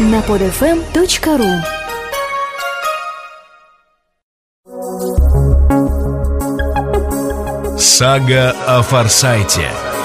на podfm.ru. Сага о Форсайте.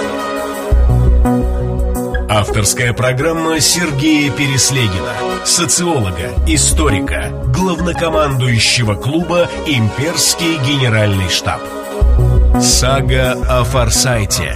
Авторская программа Сергея Переслегина, социолога, историка, главнокомандующего клуба «Имперский генеральный штаб». Сага о Форсайте.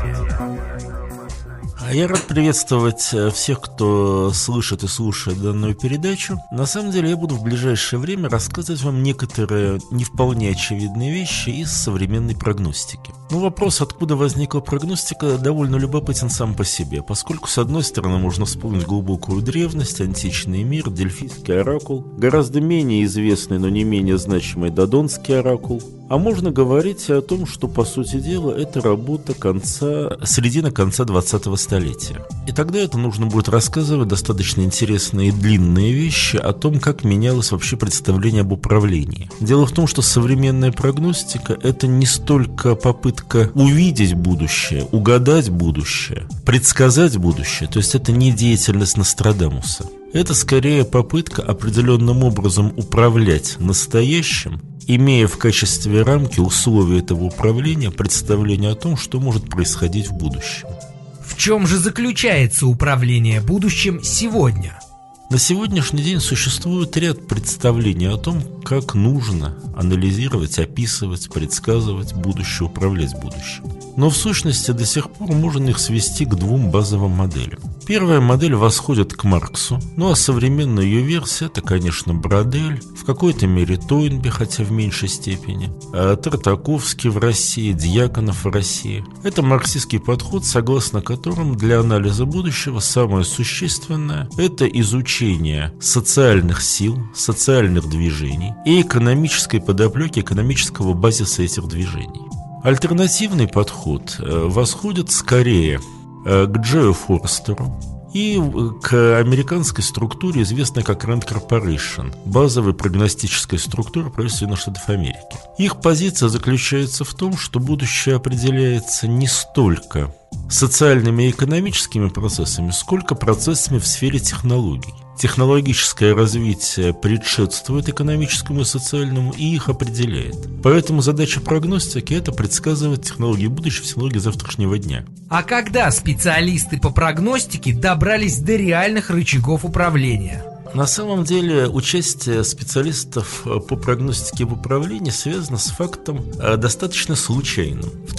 Я рад приветствовать всех, кто слышит и слушает данную передачу. На самом деле я буду в ближайшее время рассказывать вам некоторые не вполне очевидные вещи из современной прогностики. Но вопрос, откуда возникла прогностика, довольно любопытен сам по себе, поскольку, с одной стороны, можно вспомнить глубокую древность, античный мир, Дельфийский оракул, гораздо менее известный, но не менее значимый Додонский оракул. А можно говорить о том, что, по сути дела, это работа середины конца 20-го столетия. И тогда это нужно будет рассказывать достаточно интересные и длинные вещи о том, как менялось вообще представление об управлении. Дело в том, что современная прогностика – это не столько попытка увидеть будущее, угадать будущее, предсказать будущее, то есть это не деятельность Нострадамуса. Это скорее попытка определенным образом управлять настоящим, имея в качестве рамки условия этого управления представление о том, что может происходить в будущем. В чем же заключается управление будущим сегодня? На сегодняшний день существует ряд представлений о том, как нужно анализировать, описывать, предсказывать будущее, управлять будущим. Но в сущности до сих пор можно их свести к двум базовым моделям. Первая модель восходит к Марксу, ну а современная ее версия – это, конечно, Бродель, в какой-то мере Тойнби, хотя в меньшей степени, Тартаковский в России, Дьяконов в России. Это марксистский подход, согласно которому для анализа будущего самое существенное – это изучение социальных сил, социальных движений и экономической подоплеки, экономического базиса этих движений. Альтернативный подход восходит скорее к Джою Форстеру и к американской структуре, известной как Rand Corporation, базовой прогностической структуры правительства Соединенных Штатов Америки. Их позиция заключается в том, что будущее определяется не столько социальными и экономическими процессами, сколько процессами в сфере технологий. Технологическое развитие предшествует экономическому и социальному и их определяет. Поэтому задача прогностики – это предсказывать технологии будущего, технологии завтрашнего дня. А когда специалисты по прогностике добрались до реальных рычагов управления? На самом деле участие специалистов по прогностике в управлении связано с фактом достаточно случайным. В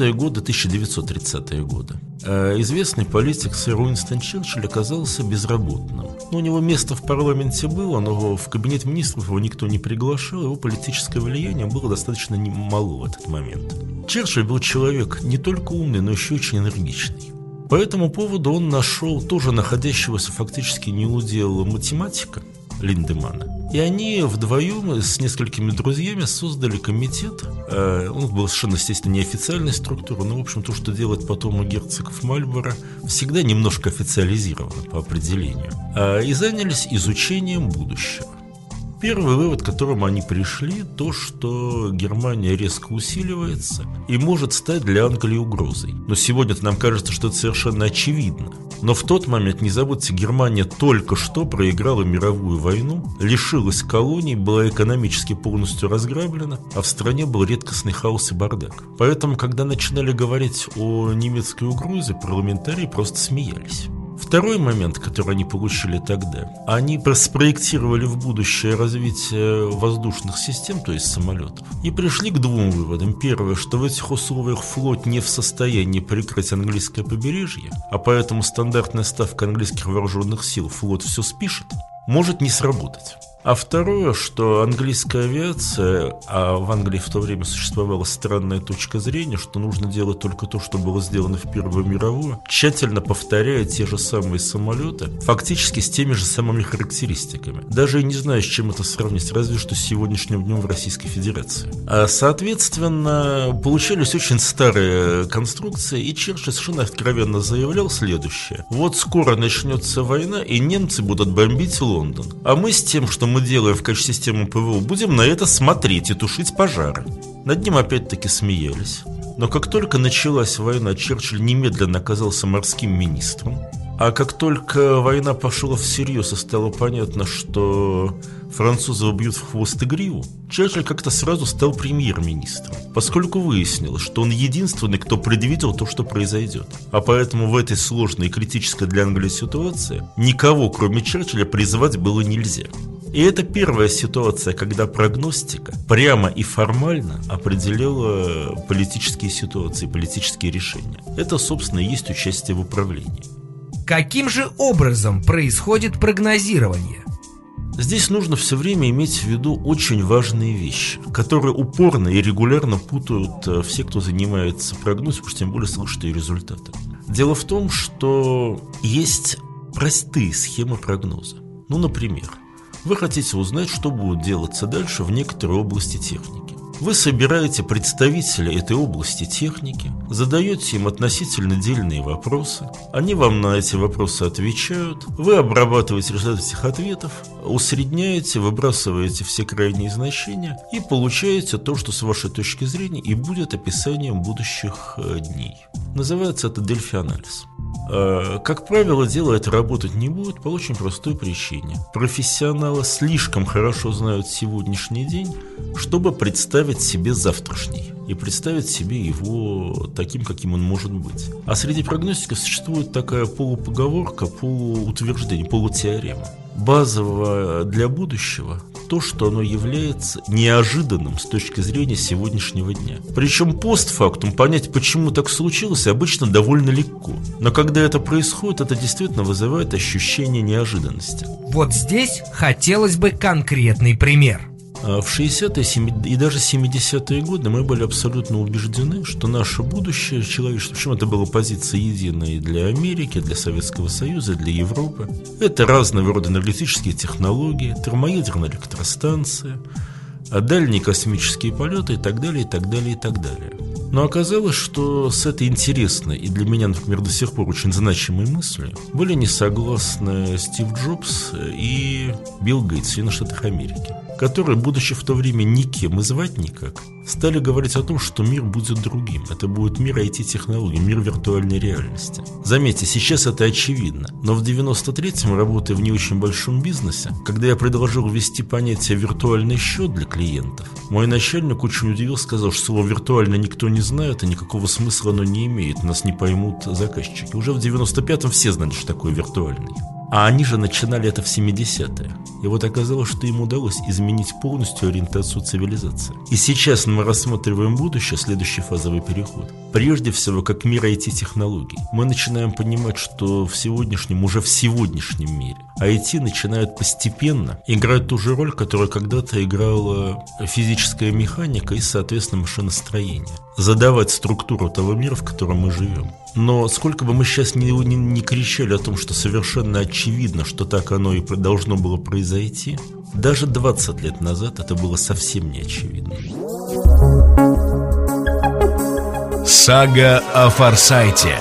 1930-е годы известный политик сэр Уинстон Черчилль оказался безработным. У него место в парламенте было, но в кабинет министров его никто не приглашал, его политическое влияние было достаточно мало в этот момент. Черчилль был человек не только умный, но еще очень энергичный. По этому поводу он нашел тоже находящегося фактически неудел математика Линдемана. И они вдвоем с несколькими друзьями создали комитет. Он был совершенно, естественно, неофициальной структурой, но, в общем, то, что делает потом у герцогов Мальборо, всегда немножко официализировано по определению. И занялись изучением будущего. Первый вывод, к которому они пришли, то, что Германия резко усиливается и может стать для Англии угрозой. Но сегодня-то нам кажется, что это совершенно очевидно. Но в тот момент, не забудьте, Германия только что проиграла мировую войну, лишилась колоний, была экономически полностью разграблена, а в стране был редкостный хаос и бардак. Поэтому, когда начинали говорить о немецкой угрозе, парламентарии просто смеялись. Второй момент, который они получили тогда, они спроектировали в будущее развитие воздушных систем, то есть самолетов, и пришли к двум выводам. Первое, что в этих условиях флот не в состоянии прикрыть английское побережье, а поэтому стандартная ставка английских вооруженных сил, флот все спишет, может не сработать. А второе, что английская авиация, а в Англии в то время существовала странная точка зрения, что нужно делать только то, что было сделано в Первую мировую, тщательно повторяя те же самые самолеты, фактически с теми же самыми характеристиками. Даже и не знаю, с чем это сравнить, разве что с сегодняшним днем в Российской Федерации. Соответственно, получались очень старые конструкции, и Черчилль совершенно откровенно заявлял следующее. Вот скоро начнется война, и немцы будут бомбить Лондон, а мы с тем, что мы делаем в качестве системы ПВО, будем на это смотреть и тушить пожары. Над ним опять-таки смеялись. Но как только началась война, Черчилль немедленно оказался морским министром, А как только война пошла всерьез и стало понятно, что французы убьют в хвост и гриву, Черчилль как-то сразу стал премьер-министром, поскольку выяснилось, что он единственный, кто предвидел то, что произойдет. А поэтому в этой сложной и критической для Англии ситуации никого, кроме Черчилля, призвать было нельзя. И это первая ситуация, когда прогностика прямо и формально определяла политические ситуации, политические решения. Это, собственно, и есть участие в управлении. Каким же образом происходит прогнозирование? Здесь нужно все время иметь в виду очень важные вещи, которые упорно и регулярно путают все, кто занимается прогнозом, уж тем более слышат ее результаты. Дело в том, что есть простые схемы прогноза. Ну, например, вы хотите узнать, что будет делаться дальше в некоторой области техники. Вы собираете представителей этой области техники, задаете им относительно дельные вопросы, они вам на эти вопросы отвечают, вы обрабатываете результаты этих ответов, усредняете, выбрасываете все крайние значения и получаете то, что с вашей точки зрения и будет описанием будущих дней. Называется это Дельфи-анализ. Как правило, дело это работать не будет по очень простой причине. Профессионалы слишком хорошо знают сегодняшний день, чтобы представить себе завтрашний и представить себе его таким, каким он может быть. А среди прогностиков существует такая полупоговорка, полуутверждение, полутеорема. Базово для будущего то, что оно является неожиданным с точки зрения сегодняшнего дня. Причем постфактум понять, почему так случилось, обычно довольно легко. Но когда это происходит, это действительно вызывает ощущение неожиданности. Вот здесь хотелось бы конкретный пример. В 60-е и даже 70-е годы мы были абсолютно убеждены, что наше будущее человечество, причем это была позиция единая и для Америки, для Советского Союза, для Европы. Это разного рода энергетические технологии, термоядерные электростанции, дальние космические полеты и так далее, и так далее, и так далее. Но оказалось, что с этой интересной и для меня, например, до сих пор очень значимой мыслью были не согласны Стив Джобс и Билл Гейтс, Соединенных Штатов Америки, которые, будучи в то время никем и звать никак, стали говорить о том, что мир будет другим. Это будет мир IT-технологий, мир виртуальной реальности. Заметьте, сейчас это очевидно. Но в 93-м, работая в не очень большом бизнесе, когда я предложил ввести понятие «виртуальный счет» для клиентов, мой начальник очень удивился, сказал, что слово «виртуально» никто не знает, и никакого смысла оно не имеет, нас не поймут заказчики. Уже в 95-м все знали, что такое виртуальный. А они же начинали это в 70-е. И вот оказалось, что им удалось изменить полностью ориентацию цивилизации. И сейчас мы рассматриваем будущее, следующий фазовый переход. Прежде всего, как мир IT-технологий. Мы начинаем понимать, что в сегодняшнем мире IT начинает постепенно играть ту же роль, которую когда-то играла физическая механика и, соответственно, машиностроение. Задавать структуру того мира, в котором мы живем. Но сколько бы мы сейчас не кричали о том, что совершенно очевидно, что так оно и должно было произойти, даже 20 лет назад это было совсем не очевидно. Сага о Форсайте.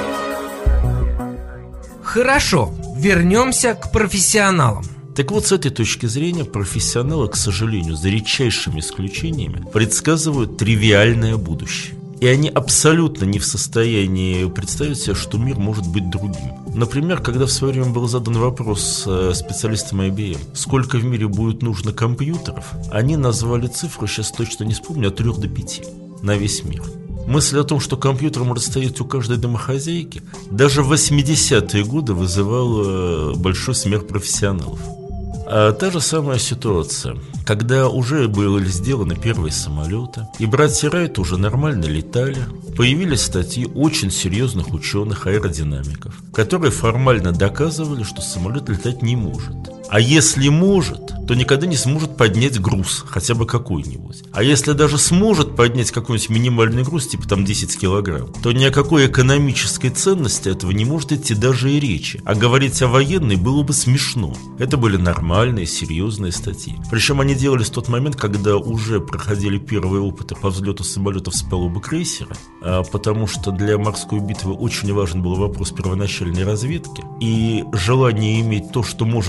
Хорошо, вернемся к профессионалам. Так вот, с этой точки зрения профессионалы, к сожалению, за редчайшими исключениями, предсказывают тривиальное будущее. И они абсолютно не в состоянии представить себе, что мир может быть другим. Например, когда в свое время был задан вопрос специалистам IBM, сколько в мире будет нужно компьютеров, они назвали цифру, сейчас точно не вспомню, от 3 до 5 на весь мир. Мысль о том, что компьютер может стоять у каждой домохозяйки, даже в 80-е годы вызывала большой смех профессионалов. А та же самая ситуация, когда уже были сделаны первые самолеты, и братья Райт уже нормально летали, появились статьи очень серьезных ученых-аэродинамиков, которые формально доказывали, что самолет летать не может. А если может, то никогда не сможет поднять груз, хотя бы какой-нибудь. А если даже сможет поднять какой-нибудь минимальный груз, типа там 10 килограмм, то ни о какой экономической ценности этого не может идти даже и речи. А говорить о военной было бы смешно. Это были нормальные, серьезные статьи. Причем они делались в тот момент, когда уже проходили первые опыты по взлету самолетов с палубы крейсера, потому что для морской битвы очень важен был вопрос первоначальной разведки. И желание иметь то, что может дать информацию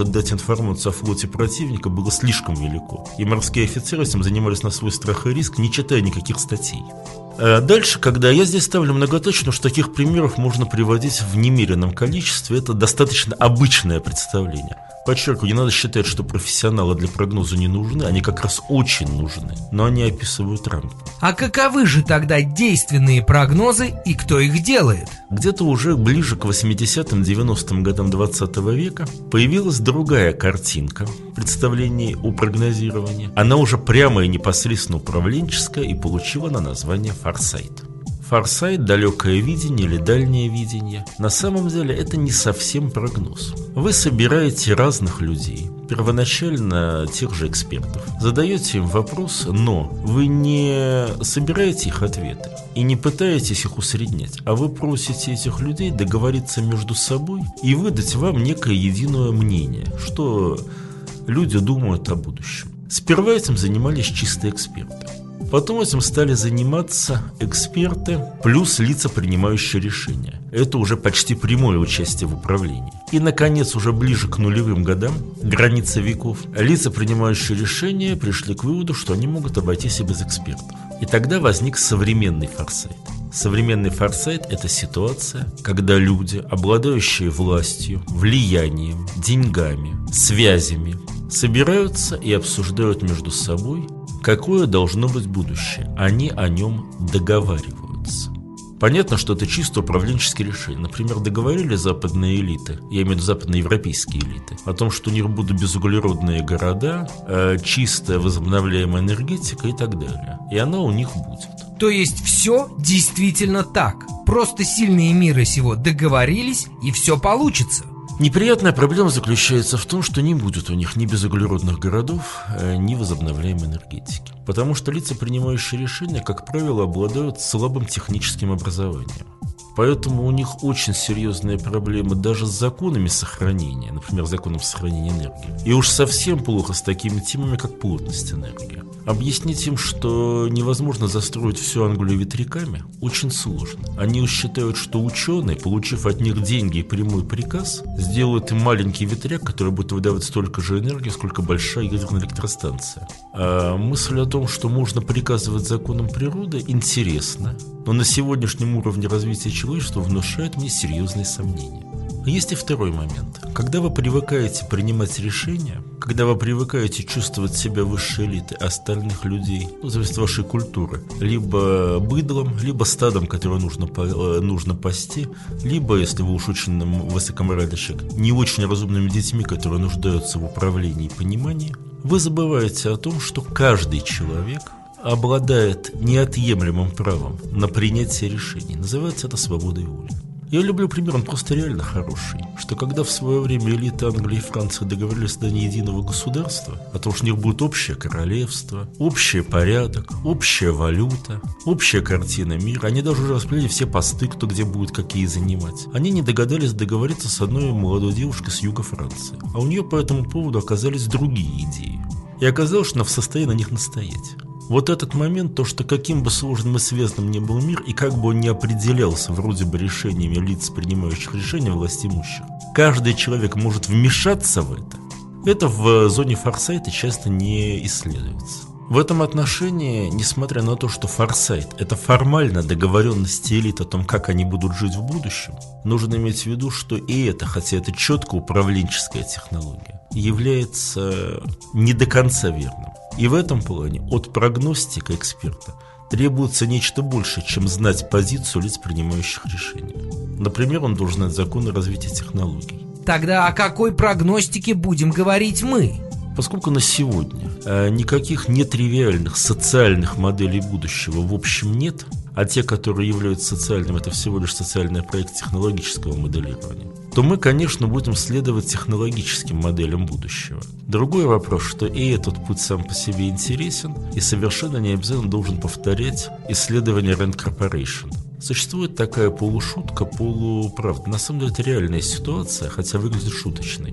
информацию о флоте противника было слишком велико, и морские офицеры этим занимались на свой страх и риск, не читая никаких статей. Дальше, когда я здесь ставлю многоточие, что таких примеров можно приводить в немеренном количестве, это достаточно обычное представление. Подчеркиваю, не надо считать, что профессионалы для прогноза не нужны, они как раз очень нужны, но они описывают рамку. А каковы же тогда действенные прогнозы и кто их делает? Где-то уже ближе к 80-м, 90-м годам 20 века появилась другая картинка представлений о прогнозировании. Она уже прямо и непосредственно управленческая и получила на название форсайт. Форсайт, далекое видение или дальнее видение. На самом деле это не совсем прогноз. Вы собираете разных людей, первоначально тех же экспертов, задаете им вопрос, но вы не собираете их ответы и не пытаетесь их усреднять, а вы просите этих людей договориться между собой и выдать вам некое единое мнение, что люди думают о будущем. Сперва этим занимались чисто эксперты. Потом этим стали заниматься эксперты плюс лица, принимающие решения. Это уже почти прямое участие в управлении. И, наконец, уже ближе к нулевым годам, граница веков, лица, принимающие решения, пришли к выводу, что они могут обойтись и без экспертов. И тогда возник современный форсайт. Современный форсайт – это ситуация, когда люди, обладающие властью, влиянием, деньгами, связями, собираются и обсуждают между собой, какое должно быть будущее. Они о нем договариваются. Понятно, что это чисто управленческие решения. Например, договорились западные элиты, я имею в виду западноевропейские элиты, о том, что у них будут безуглеродные города, чистая возобновляемая энергетика и так далее. И она у них будет. То есть все действительно так. Просто сильные мира сего договорились, и все получится. Неприятная проблема заключается в том, что не будет у них ни безуглеродных городов, ни возобновляемой энергетики. Потому что лица, принимающие решения, как правило, обладают слабым техническим образованием. Поэтому у них очень серьезные проблемы даже с законами сохранения, например, законом сохранения энергии. И уж совсем плохо с такими темами, как плотность энергии. Объяснить им, что невозможно застроить всю Англию ветряками, очень сложно. Они считают, что ученые, получив от них деньги и прямой приказ, сделают им маленький ветряк, который будет выдавать столько же энергии, сколько большая ядерная электростанция. А мысль о том, что можно приказывать законам природы, интересна, но на сегодняшнем уровне развития человечества внушает мне серьезные сомнения. Есть и второй момент. Когда вы привыкаете принимать решения, когда вы привыкаете чувствовать себя высшей элитой остальных людей, зависит от вашей культуры, либо быдлом, либо стадом, которое нужно пасти, либо, если вы уж очень высокоморальный человек, не очень разумными детьми, которые нуждаются в управлении и понимании, вы забываете о том, что каждый человек обладает неотъемлемым правом на принятие решений. Называется это свободой воли. Я люблю пример, он просто реально хороший, что когда в свое время элиты Англии и Франции договорились о создании единого государства, о том, что у них будет общее королевство, общий порядок, общая валюта, общая картина мира, они даже уже распределили все посты, кто где будет какие занимать. Они не догадались договориться с одной молодой девушкой с юга Франции, а у нее по этому поводу оказались другие идеи. И оказалось, что она в состоянии на них настоять. Вот этот момент, то, что каким бы сложным и связанным ни был мир, и как бы он ни определялся вроде бы решениями лиц, принимающих решения, властимущих, каждый человек может вмешаться в это в зоне форсайта часто не исследуется. В этом отношении, несмотря на то, что форсайт – это формально договоренности элит о том, как они будут жить в будущем, нужно иметь в виду, что и это, хотя это четко управленческая технология, является не до конца верным. И в этом плане от прогностика эксперта требуется нечто большее, чем знать позицию лиц, принимающих решения. Например, он должен знать законы развития технологий. Тогда о какой прогностике будем говорить мы? Поскольку на сегодня никаких нетривиальных социальных моделей будущего в общем нет, а те, которые являются социальными, это всего лишь социальный проект технологического моделирования, то мы, конечно, будем следовать технологическим моделям будущего. Другой вопрос, что и этот путь сам по себе интересен, и совершенно не обязательно должен повторять исследования Rand Corporation. Существует такая полушутка, полуправда. На самом деле это реальная ситуация, хотя выглядит шуточной.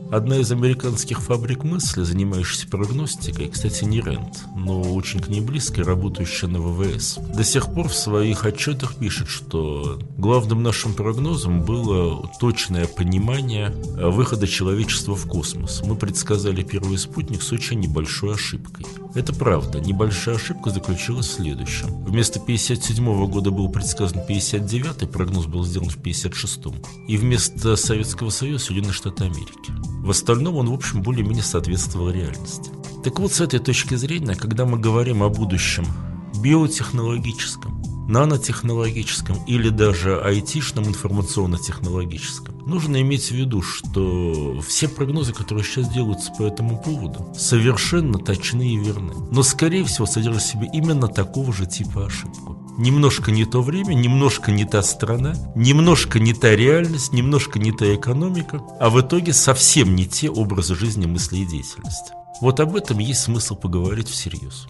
Одна из американских фабрик мысли, занимающаяся прогностикой, кстати, не РЭНД, но очень к ней близко, работающая на ВВС, до сих пор в своих отчетах пишет, что главным нашим прогнозом было точное понимание выхода человечества в космос. Мы предсказали первый спутник с очень небольшой ошибкой. Это правда. Небольшая ошибка заключилась в следующем. Вместо 57 года был предсказан 59-й, прогноз был сделан в 56-м. И вместо Советского Союза Соединенные Штаты Америки. В остальном он, в общем, более-менее соответствовал реальности. Так вот, с этой точки зрения, когда мы говорим о будущем биотехнологическом, нанотехнологическом или даже айтишном информационно-технологическом, нужно иметь в виду, что все прогнозы, которые сейчас делаются по этому поводу, совершенно точны и верны. Но, скорее всего, содержат в себе именно такого же типа ошибку. Немножко не то время, немножко не та страна, немножко не та реальность, немножко не та экономика, а в итоге совсем не те образы жизни, мысли и деятельности. Вот об этом есть смысл поговорить всерьез.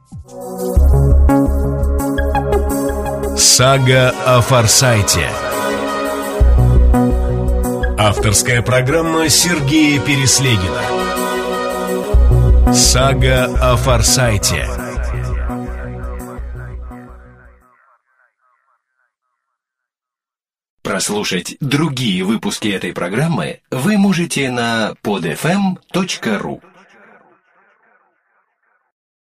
Сага о Форсайте. Авторская программа Сергея Переслегина. Сага о Форсайте. Прослушать другие выпуски этой программы вы можете на podfm.ru.